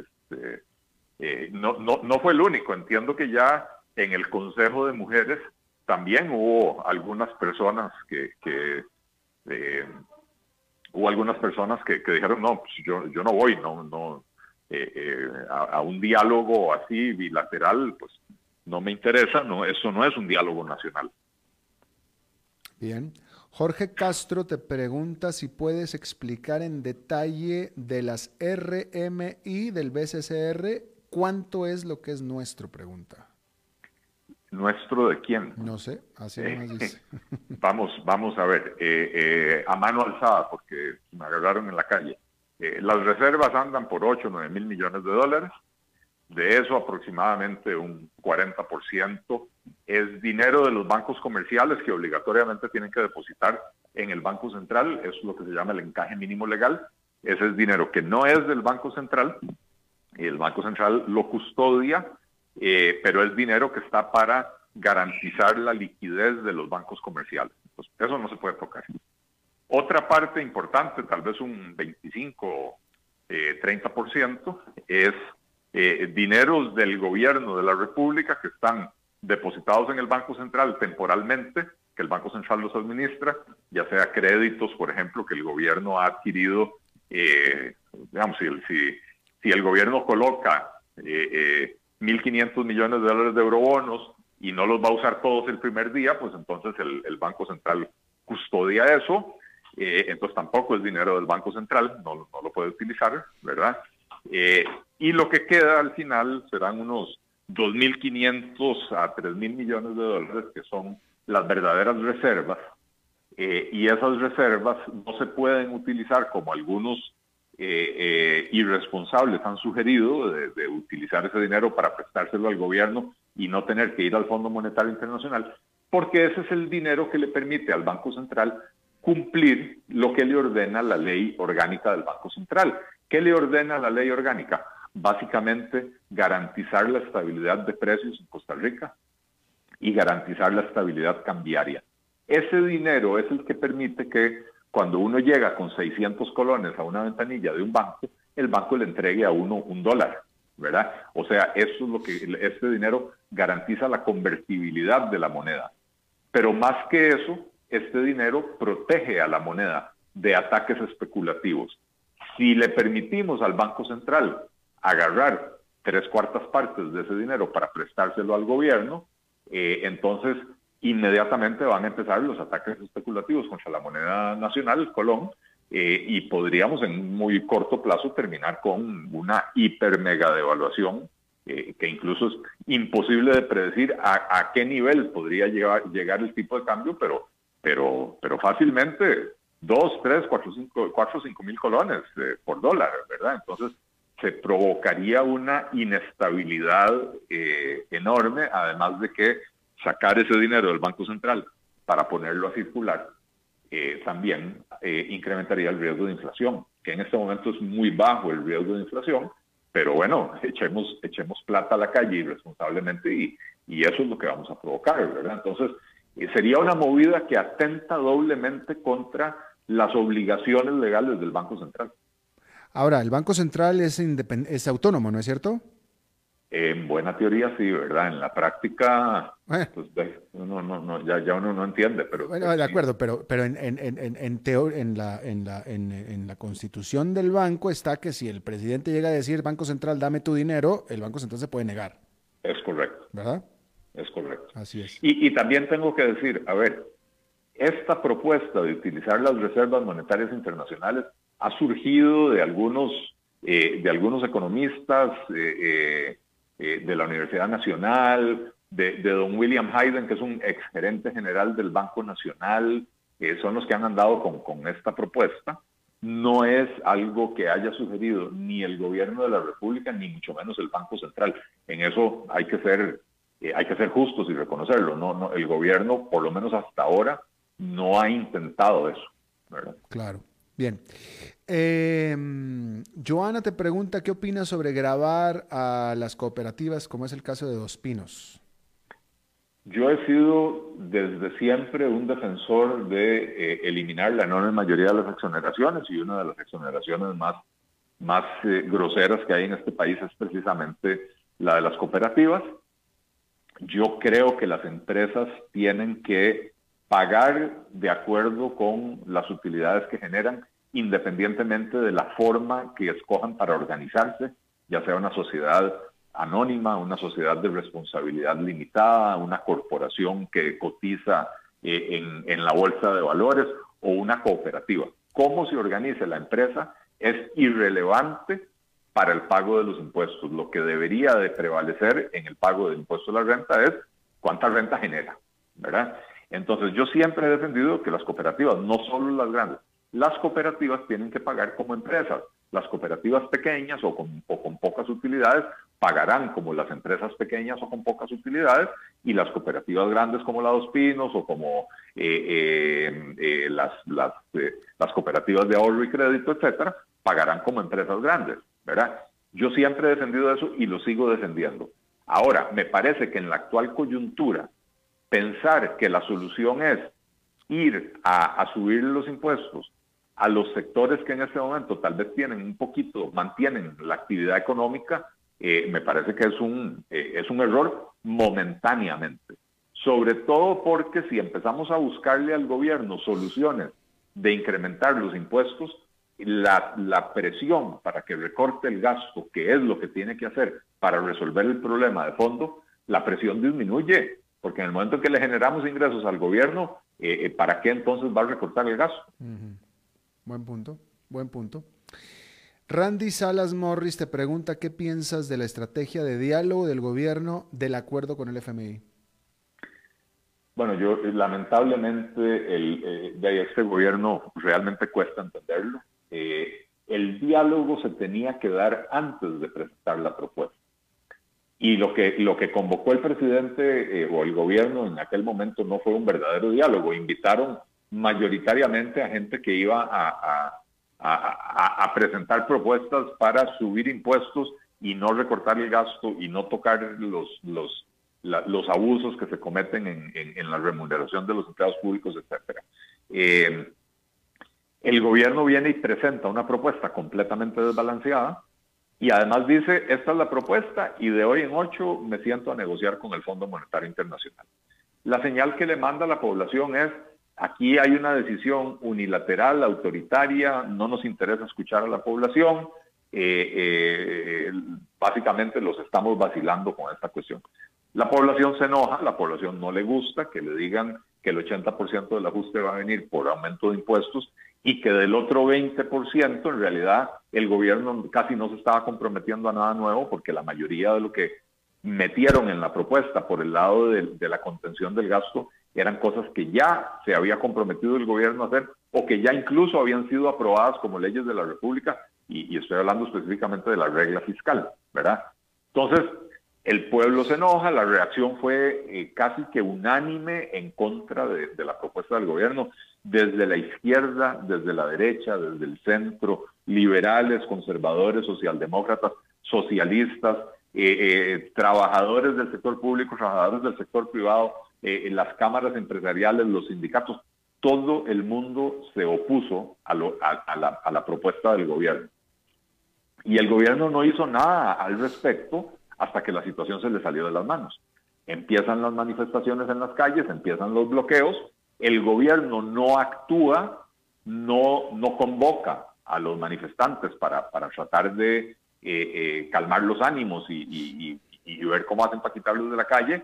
No fue el único. Entiendo que ya en el Consejo de Mujeres también hubo algunas personas que dijeron, no, pues yo no voy, a un diálogo así bilateral, pues no me interesa, eso no es un diálogo nacional. Bien. Jorge Castro te pregunta si puedes explicar en detalle de las RMI del BCCR, ¿cuánto es lo que es nuestro? Pregunta. ¿Nuestro de quién? No sé, así nomás dice. Vamos a ver, a mano alzada, porque me agarraron en la calle. Las reservas andan por 8 o 9 mil millones de dólares. De eso aproximadamente un 40% es dinero de los bancos comerciales que obligatoriamente tienen que depositar en el Banco Central. Eso es lo que se llama el encaje mínimo legal. Ese es dinero que no es del Banco Central. El Banco Central lo custodia, pero es dinero que está para garantizar la liquidez de los bancos comerciales. Entonces, eso no se puede tocar. Otra parte importante, tal vez un 25, 30%, es dineros del gobierno de la República que están depositados en el Banco Central temporalmente, que el Banco Central los administra, ya sea créditos, por ejemplo, que el gobierno ha adquirido, digamos, si el gobierno coloca 1.500 millones de dólares de eurobonos y no los va a usar todos el primer día, pues entonces el Banco Central custodia eso. Entonces tampoco es dinero del Banco Central, no lo puede utilizar, ¿verdad? Y lo que queda al final serán unos 2.500 a 3.000 millones de dólares que son las verdaderas reservas, y esas reservas no se pueden utilizar como algunos irresponsables han sugerido de utilizar ese dinero para prestárselo al gobierno y no tener que ir al Fondo Monetario Internacional, porque ese es el dinero que le permite al Banco Central cumplir lo que le ordena la ley orgánica del Banco Central. ¿Qué le ordena la ley orgánica? Básicamente garantizar la estabilidad de precios en Costa Rica y garantizar la estabilidad cambiaria. Ese dinero es el que permite que cuando uno llega con 600 colones a una ventanilla de un banco, el banco le entregue a uno $1, ¿verdad? O sea, eso es lo que este dinero garantiza, la convertibilidad de la moneda. Pero más que eso, este dinero protege a la moneda de ataques especulativos. Si le permitimos al Banco Central agarrar 3/4 partes de ese dinero para prestárselo al gobierno, entonces inmediatamente van a empezar los ataques especulativos contra la moneda nacional, el colón, y podríamos en muy corto plazo terminar con una hiper mega devaluación, que incluso es imposible de predecir a qué nivel podría llegar el tipo de cambio, pero fácilmente 2, 3, 4, 5 mil colones por dólar, ¿verdad? Entonces se provocaría una inestabilidad enorme, además de que sacar ese dinero del Banco Central para ponerlo a circular también incrementaría el riesgo de inflación, que en este momento es muy bajo el riesgo de inflación, pero bueno, echemos plata a la calle irresponsablemente y eso es lo que vamos a provocar, ¿verdad? Entonces, sería una movida que atenta doblemente contra las obligaciones legales del Banco Central. Ahora, el Banco Central es autónomo, ¿no es cierto? En buena teoría sí, ¿verdad? En la práctica, pues uno no entiende, pero... Bueno, de acuerdo, pero en la constitución del banco está que si el presidente llega a decir, Banco Central, dame tu dinero, el Banco Central se puede negar. Es correcto. ¿Verdad? Es correcto. Así es. Y también tengo que decir, a ver, esta propuesta de utilizar las reservas monetarias internacionales ha surgido de algunos economistas de la Universidad Nacional, de don William Hayden, que es un exgerente general del Banco Nacional, son los que han andado con esta propuesta. No es algo que haya sugerido ni el gobierno de la República, ni mucho menos el Banco Central. En eso hay que ser justos y reconocerlo. No, el gobierno, por lo menos hasta ahora, no ha intentado eso, ¿verdad? Claro. Bien. Joana te pregunta, ¿qué opinas sobre gravar a las cooperativas, como es el caso de Dos Pinos? Yo he sido desde siempre un defensor de eliminar la enorme mayoría de las exoneraciones, y una de las exoneraciones más groseras que hay en este país es precisamente la de las cooperativas. Yo creo que las empresas tienen que pagar de acuerdo con las utilidades que generan, independientemente de la forma que escojan para organizarse, ya sea una sociedad anónima, una sociedad de responsabilidad limitada, una corporación que cotiza en la bolsa de valores o una cooperativa. Cómo se organice la empresa es irrelevante para el pago de los impuestos. Lo que debería de prevalecer en el pago del impuesto a la renta es cuánta renta genera, ¿verdad? Entonces yo siempre he defendido que las cooperativas, no solo las grandes, las cooperativas tienen que pagar como empresas. Las cooperativas pequeñas o con pocas utilidades pagarán como las empresas pequeñas o con pocas utilidades, y las cooperativas grandes como la Dos Pinos o como las cooperativas de ahorro y crédito, etcétera, pagarán como empresas grandes, ¿verdad? Yo siempre he defendido eso y lo sigo defendiendo. Ahora, me parece que en la actual coyuntura, pensar que la solución es ir a subir los impuestos a los sectores que en este momento tal vez mantienen la actividad económica, me parece que es un error momentáneamente. Sobre todo porque si empezamos a buscarle al gobierno soluciones de incrementar los impuestos, la presión para que recorte el gasto, que es lo que tiene que hacer para resolver el problema de fondo, la presión disminuye, porque en el momento en que le generamos ingresos al gobierno, ¿para qué entonces va a recortar el gasto? Uh-huh. Buen punto. Randy Salas Morris te pregunta, ¿qué piensas de la estrategia de diálogo del gobierno del acuerdo con el FMI? Bueno, yo lamentablemente de este gobierno realmente cuesta entenderlo. El diálogo se tenía que dar antes de presentar la propuesta. Y lo que convocó el presidente o el gobierno en aquel momento no fue un verdadero diálogo. Invitaron mayoritariamente a gente que iba a presentar propuestas para subir impuestos y no recortar el gasto y no tocar los abusos que se cometen en la remuneración de los empleados públicos, etcétera. El gobierno viene y presenta una propuesta completamente desbalanceada y además dice, esta es la propuesta y de hoy en 8 me siento a negociar con el Fondo Monetario Internacional. La señal que le manda a la población es, aquí hay una decisión unilateral, autoritaria, no nos interesa escuchar a la población, básicamente los estamos vacilando con esta cuestión. La población se enoja, la población no le gusta que le digan que el 80% del ajuste va a venir por aumento de impuestos y que del otro 20% en realidad el gobierno casi no se estaba comprometiendo a nada nuevo porque la mayoría de lo que metieron en la propuesta por el lado de la contención del gasto eran cosas que ya se había comprometido el gobierno a hacer o que ya incluso habían sido aprobadas como leyes de la República y estoy hablando específicamente de la regla fiscal, ¿verdad? Entonces, el pueblo se enoja, la reacción fue casi que unánime en contra de la propuesta del gobierno, desde la izquierda, desde la derecha, desde el centro, liberales, conservadores, socialdemócratas, socialistas, trabajadores del sector público, trabajadores del sector privado, las cámaras empresariales, los sindicatos, todo el mundo se opuso a la propuesta del gobierno. Y el gobierno no hizo nada al respecto hasta que la situación se le salió de las manos. Empiezan las manifestaciones en las calles, empiezan los bloqueos, el gobierno no actúa, no convoca a los manifestantes para tratar de calmar los ánimos y ver cómo hacen para quitarlos de la calle,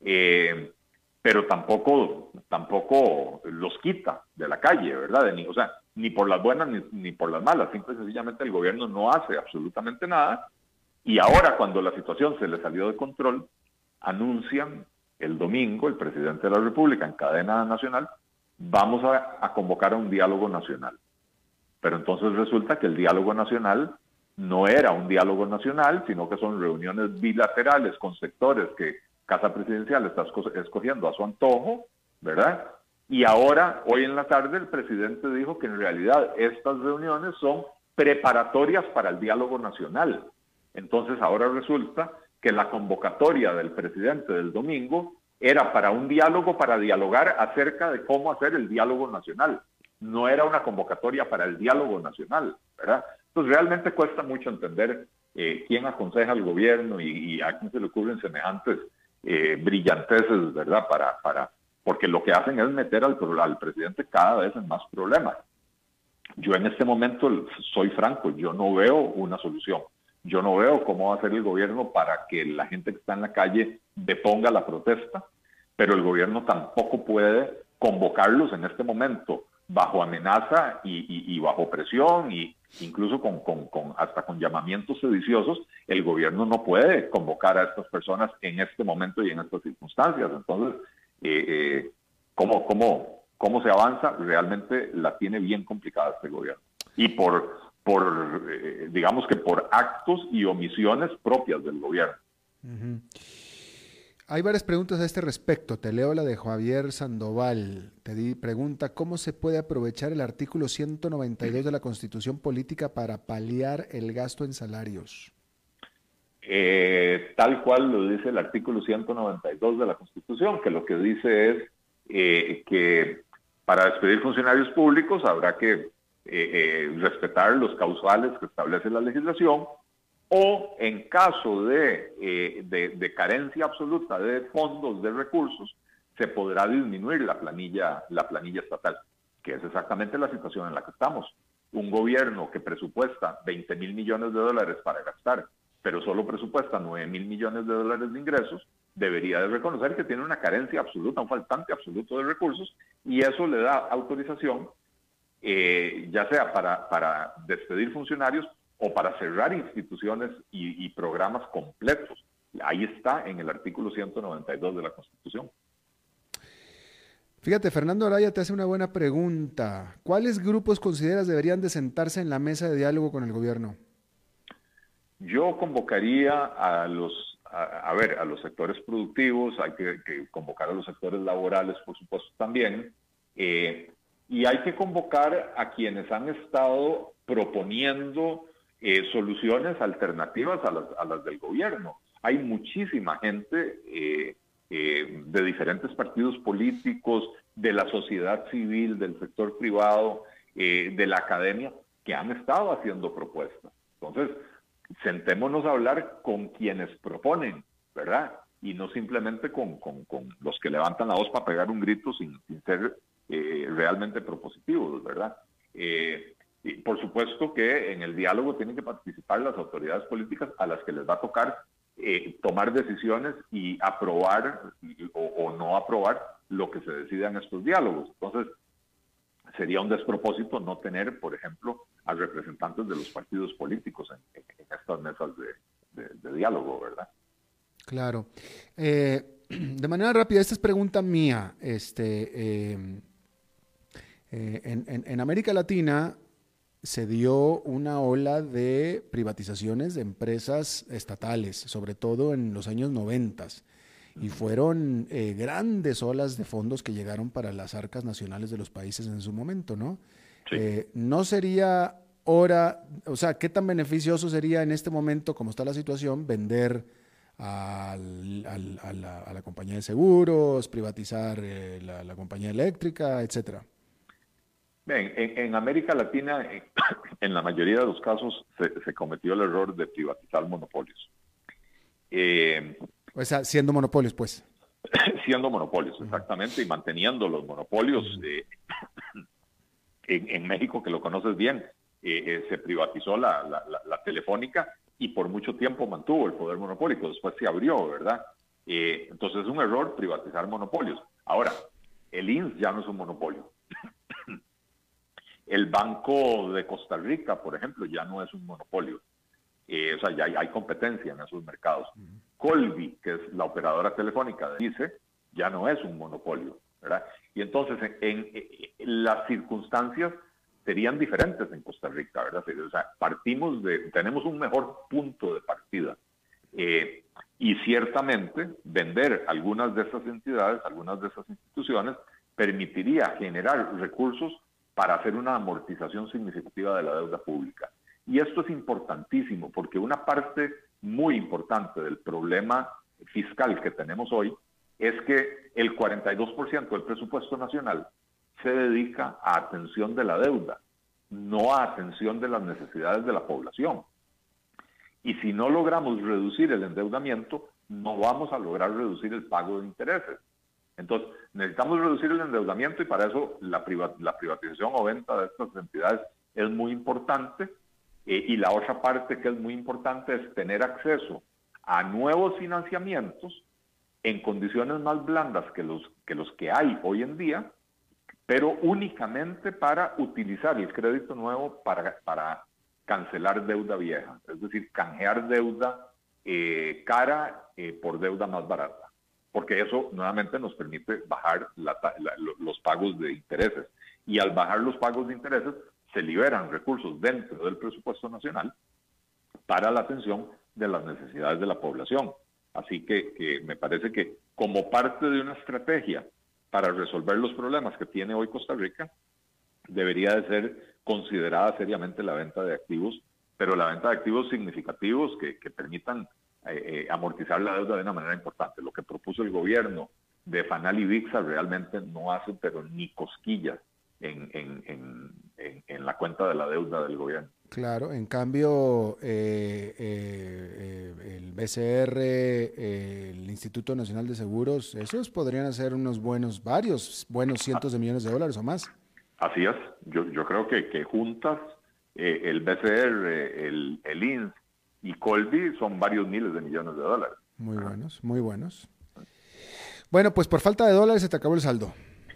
pero tampoco los quita de la calle, ¿verdad? O sea, ni por las buenas ni por las malas, simple y sencillamente el gobierno no hace absolutamente nada. Y ahora, cuando la situación se le salió de control, anuncian el domingo, el presidente de la República en cadena nacional, vamos a convocar a un diálogo nacional. Pero entonces resulta que el diálogo nacional no era un diálogo nacional, sino que son reuniones bilaterales con sectores que Casa Presidencial está escogiendo a su antojo, ¿verdad? Y ahora, hoy en la tarde, el presidente dijo que en realidad estas reuniones son preparatorias para el diálogo nacional. Entonces ahora resulta que la convocatoria del presidente del domingo era para un diálogo, para dialogar acerca de cómo hacer el diálogo nacional. No era una convocatoria para el diálogo nacional, ¿verdad? Entonces realmente cuesta mucho entender quién aconseja al gobierno y a quién se le ocurren semejantes brillanteces, ¿verdad? Porque lo que hacen es meter al presidente cada vez en más problemas. Yo en este momento, soy franco, yo no veo una solución. Yo no veo cómo va a hacer el gobierno para que la gente que está en la calle deponga la protesta, pero el gobierno tampoco puede convocarlos en este momento bajo amenaza y bajo presión y incluso hasta con llamamientos sediciosos. El gobierno no puede convocar a estas personas en este momento y en estas circunstancias. Entonces, ¿cómo se avanza? Realmente la tiene bien complicada este gobierno. Y digamos que por actos y omisiones propias del gobierno. Uh-huh. Hay varias preguntas a este respecto. Te leo la de Javier Sandoval. Pregunta, ¿cómo se puede aprovechar el artículo 192 de la Constitución Política para paliar el gasto en salarios? Tal cual lo dice el artículo 192 de la Constitución, que lo que dice es que para despedir funcionarios públicos habrá que respetar los causales que establece la legislación, o en caso de carencia absoluta de fondos, de recursos, se podrá disminuir la planilla estatal, que es exactamente la situación en la que estamos. Un gobierno que presupuesta 20,000 millones de dólares para gastar, pero solo presupuesta 9,000 millones de dólares de ingresos, debería de reconocer que tiene una carencia absoluta, un faltante absoluto de recursos, y eso le da autorización, ya sea para despedir funcionarios o para cerrar instituciones y programas completos. Ahí está en el artículo 192 de la Constitución. Fíjate, Fernando Araya te hace una buena pregunta. ¿Cuáles grupos consideras deberían de sentarse en la mesa de diálogo con el gobierno? Yo convocaría a los sectores productivos, hay que convocar a los sectores laborales, por supuesto, también, y hay que convocar a quienes han estado proponiendo soluciones alternativas a las del gobierno. Hay muchísima gente de diferentes partidos políticos, de la sociedad civil, del sector privado, de la academia, que han estado haciendo propuestas. Entonces, sentémonos a hablar con quienes proponen, ¿verdad? Y no simplemente con los que levantan la voz para pegar un grito sin ser realmente propositivos, ¿verdad? Y por supuesto que en el diálogo tienen que participar las autoridades políticas a las que les va a tocar tomar decisiones y aprobar o no aprobar lo que se decida en estos diálogos. Entonces, sería un despropósito no tener, por ejemplo, a representantes de los partidos políticos en estas mesas de diálogo, ¿verdad? Claro. De manera rápida, esta es pregunta mía. En América Latina se dio una ola de privatizaciones de empresas estatales, sobre todo en los años 90, y fueron grandes olas de fondos que llegaron para las arcas nacionales de los países en su momento, ¿no? Sí. ¿No sería hora, o sea, qué tan beneficioso sería en este momento, como está la situación, vender a la compañía de seguros, privatizar la compañía eléctrica, etcétera? Bien, en América Latina, en la mayoría de los casos, se cometió el error de privatizar monopolios. O sea, siendo monopolios, pues. Siendo monopolios, exactamente, y manteniendo los monopolios. En México, que lo conoces bien, se privatizó la telefónica y por mucho tiempo mantuvo el poder monopólico. Después se abrió, ¿verdad? Entonces es un error privatizar monopolios. Ahora, el INS ya no es un monopolio. El Banco de Costa Rica, por ejemplo, ya no es un monopolio. O sea, ya hay competencia en esos mercados. Colby, que es la operadora telefónica de ICE, ya no es un monopolio, ¿verdad? Y entonces, en las circunstancias serían diferentes en Costa Rica, ¿verdad? O sea, tenemos un mejor punto de partida. Y ciertamente, vender algunas de esas entidades, algunas de esas instituciones, permitiría generar recursos para hacer una amortización significativa de la deuda pública. Y esto es importantísimo, porque una parte muy importante del problema fiscal que tenemos hoy es que el 42% del presupuesto nacional se dedica a atención de la deuda, no a atención de las necesidades de la población. Y si no logramos reducir el endeudamiento, no vamos a lograr reducir el pago de intereses. Entonces, necesitamos reducir el endeudamiento y para eso la privatización o venta de estas entidades es muy importante. Y la otra parte que es muy importante es tener acceso a nuevos financiamientos en condiciones más blandas que los que hay hoy en día, pero únicamente para utilizar el crédito nuevo para cancelar deuda vieja, es decir, canjear deuda cara por deuda más barata. Porque eso nuevamente nos permite bajar los pagos de intereses. Y al bajar los pagos de intereses, se liberan recursos dentro del presupuesto nacional para la atención de las necesidades de la población. Así que me parece que como parte de una estrategia para resolver los problemas que tiene hoy Costa Rica, debería de ser considerada seriamente la venta de activos, pero la venta de activos significativos que permitan amortizar la deuda de una manera importante. Lo que propuso el gobierno de Fanal y Vixa realmente no hace, pero ni cosquillas en la cuenta de la deuda del gobierno. Claro, en cambio, el BCR, el Instituto Nacional de Seguros, esos podrían ser varios buenos cientos de millones de dólares o más. Así es, yo creo que juntas, el BCR, el INS y Colby son varios miles de millones de dólares. Muy buenos, muy buenos. Bueno, pues por falta de dólares se te acabó el saldo.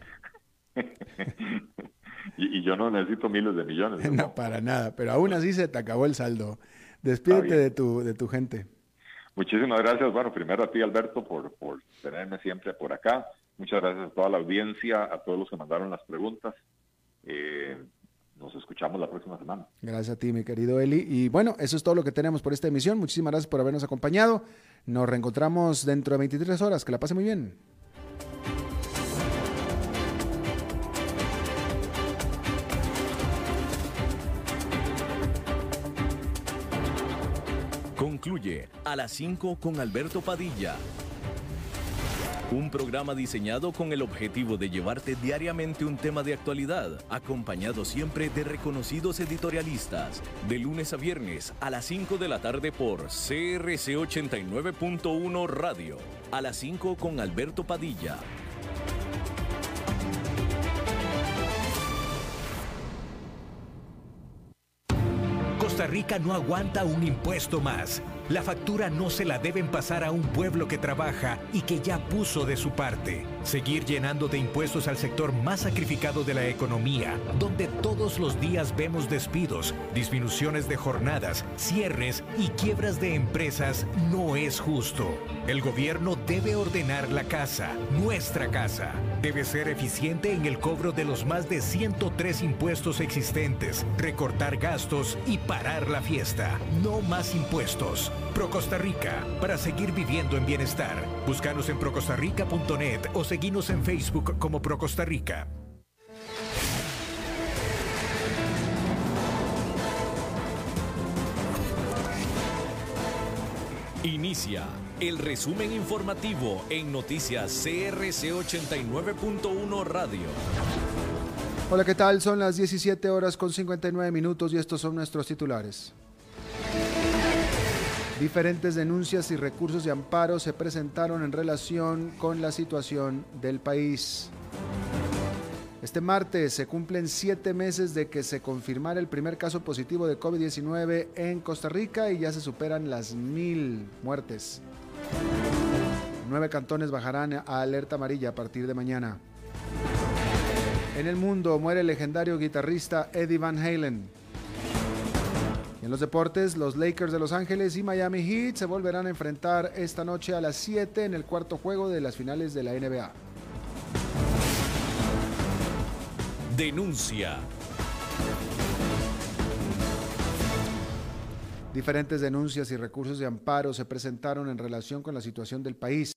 y yo no necesito miles de millones. No, para nada, pero aún así se te acabó el saldo. Despídete de tu gente. Muchísimas gracias. Bueno, primero a ti, Alberto, por tenerme siempre por acá. Muchas gracias a toda la audiencia, a todos los que mandaron las preguntas. Nos escuchamos la próxima semana. Gracias a ti, mi querido Eli. Y bueno, eso es todo lo que tenemos por esta emisión. Muchísimas gracias por habernos acompañado. Nos reencontramos dentro de 23 horas. Que la pase muy bien. Concluye A las 5 con Alberto Padilla. Un programa diseñado con el objetivo de llevarte diariamente un tema de actualidad, acompañado siempre de reconocidos editorialistas, de lunes a viernes a las 5 de la tarde por CRC 89.1 Radio. A las 5 con Alberto Padilla. Costa Rica no aguanta un impuesto más. La factura no se la deben pasar a un pueblo que trabaja y que ya puso de su parte. Seguir llenando de impuestos al sector más sacrificado de la economía, donde todos los días vemos despidos, disminuciones de jornadas, cierres y quiebras de empresas, no es justo. El gobierno debe ordenar la casa, nuestra casa. Debe ser eficiente en el cobro de los más de 103 impuestos existentes, recortar gastos y parar la fiesta. No más impuestos. Pro Costa Rica, para seguir viviendo en bienestar. Búscanos en procostarrica.net o seguinos en Facebook como Pro Costa Rica. Inicia el resumen informativo en Noticias CRC 89.1 Radio. Hola, ¿qué tal? Son las 17 horas con 59 minutos y estos son nuestros titulares. Diferentes denuncias y recursos de amparo se presentaron en relación con la situación del país. Este martes se cumplen 7 meses de que se confirmara el primer caso positivo de COVID-19 en Costa Rica y ya se superan las 1000 muertes. 9 cantones bajarán a alerta amarilla a partir de mañana. En el mundo muere el legendario guitarrista Eddie Van Halen. En los deportes, los Lakers de Los Ángeles y Miami Heat se volverán a enfrentar esta noche a las 7 en el cuarto juego de las finales de la NBA. Denuncia. Diferentes denuncias y recursos de amparo se presentaron en relación con la situación del país.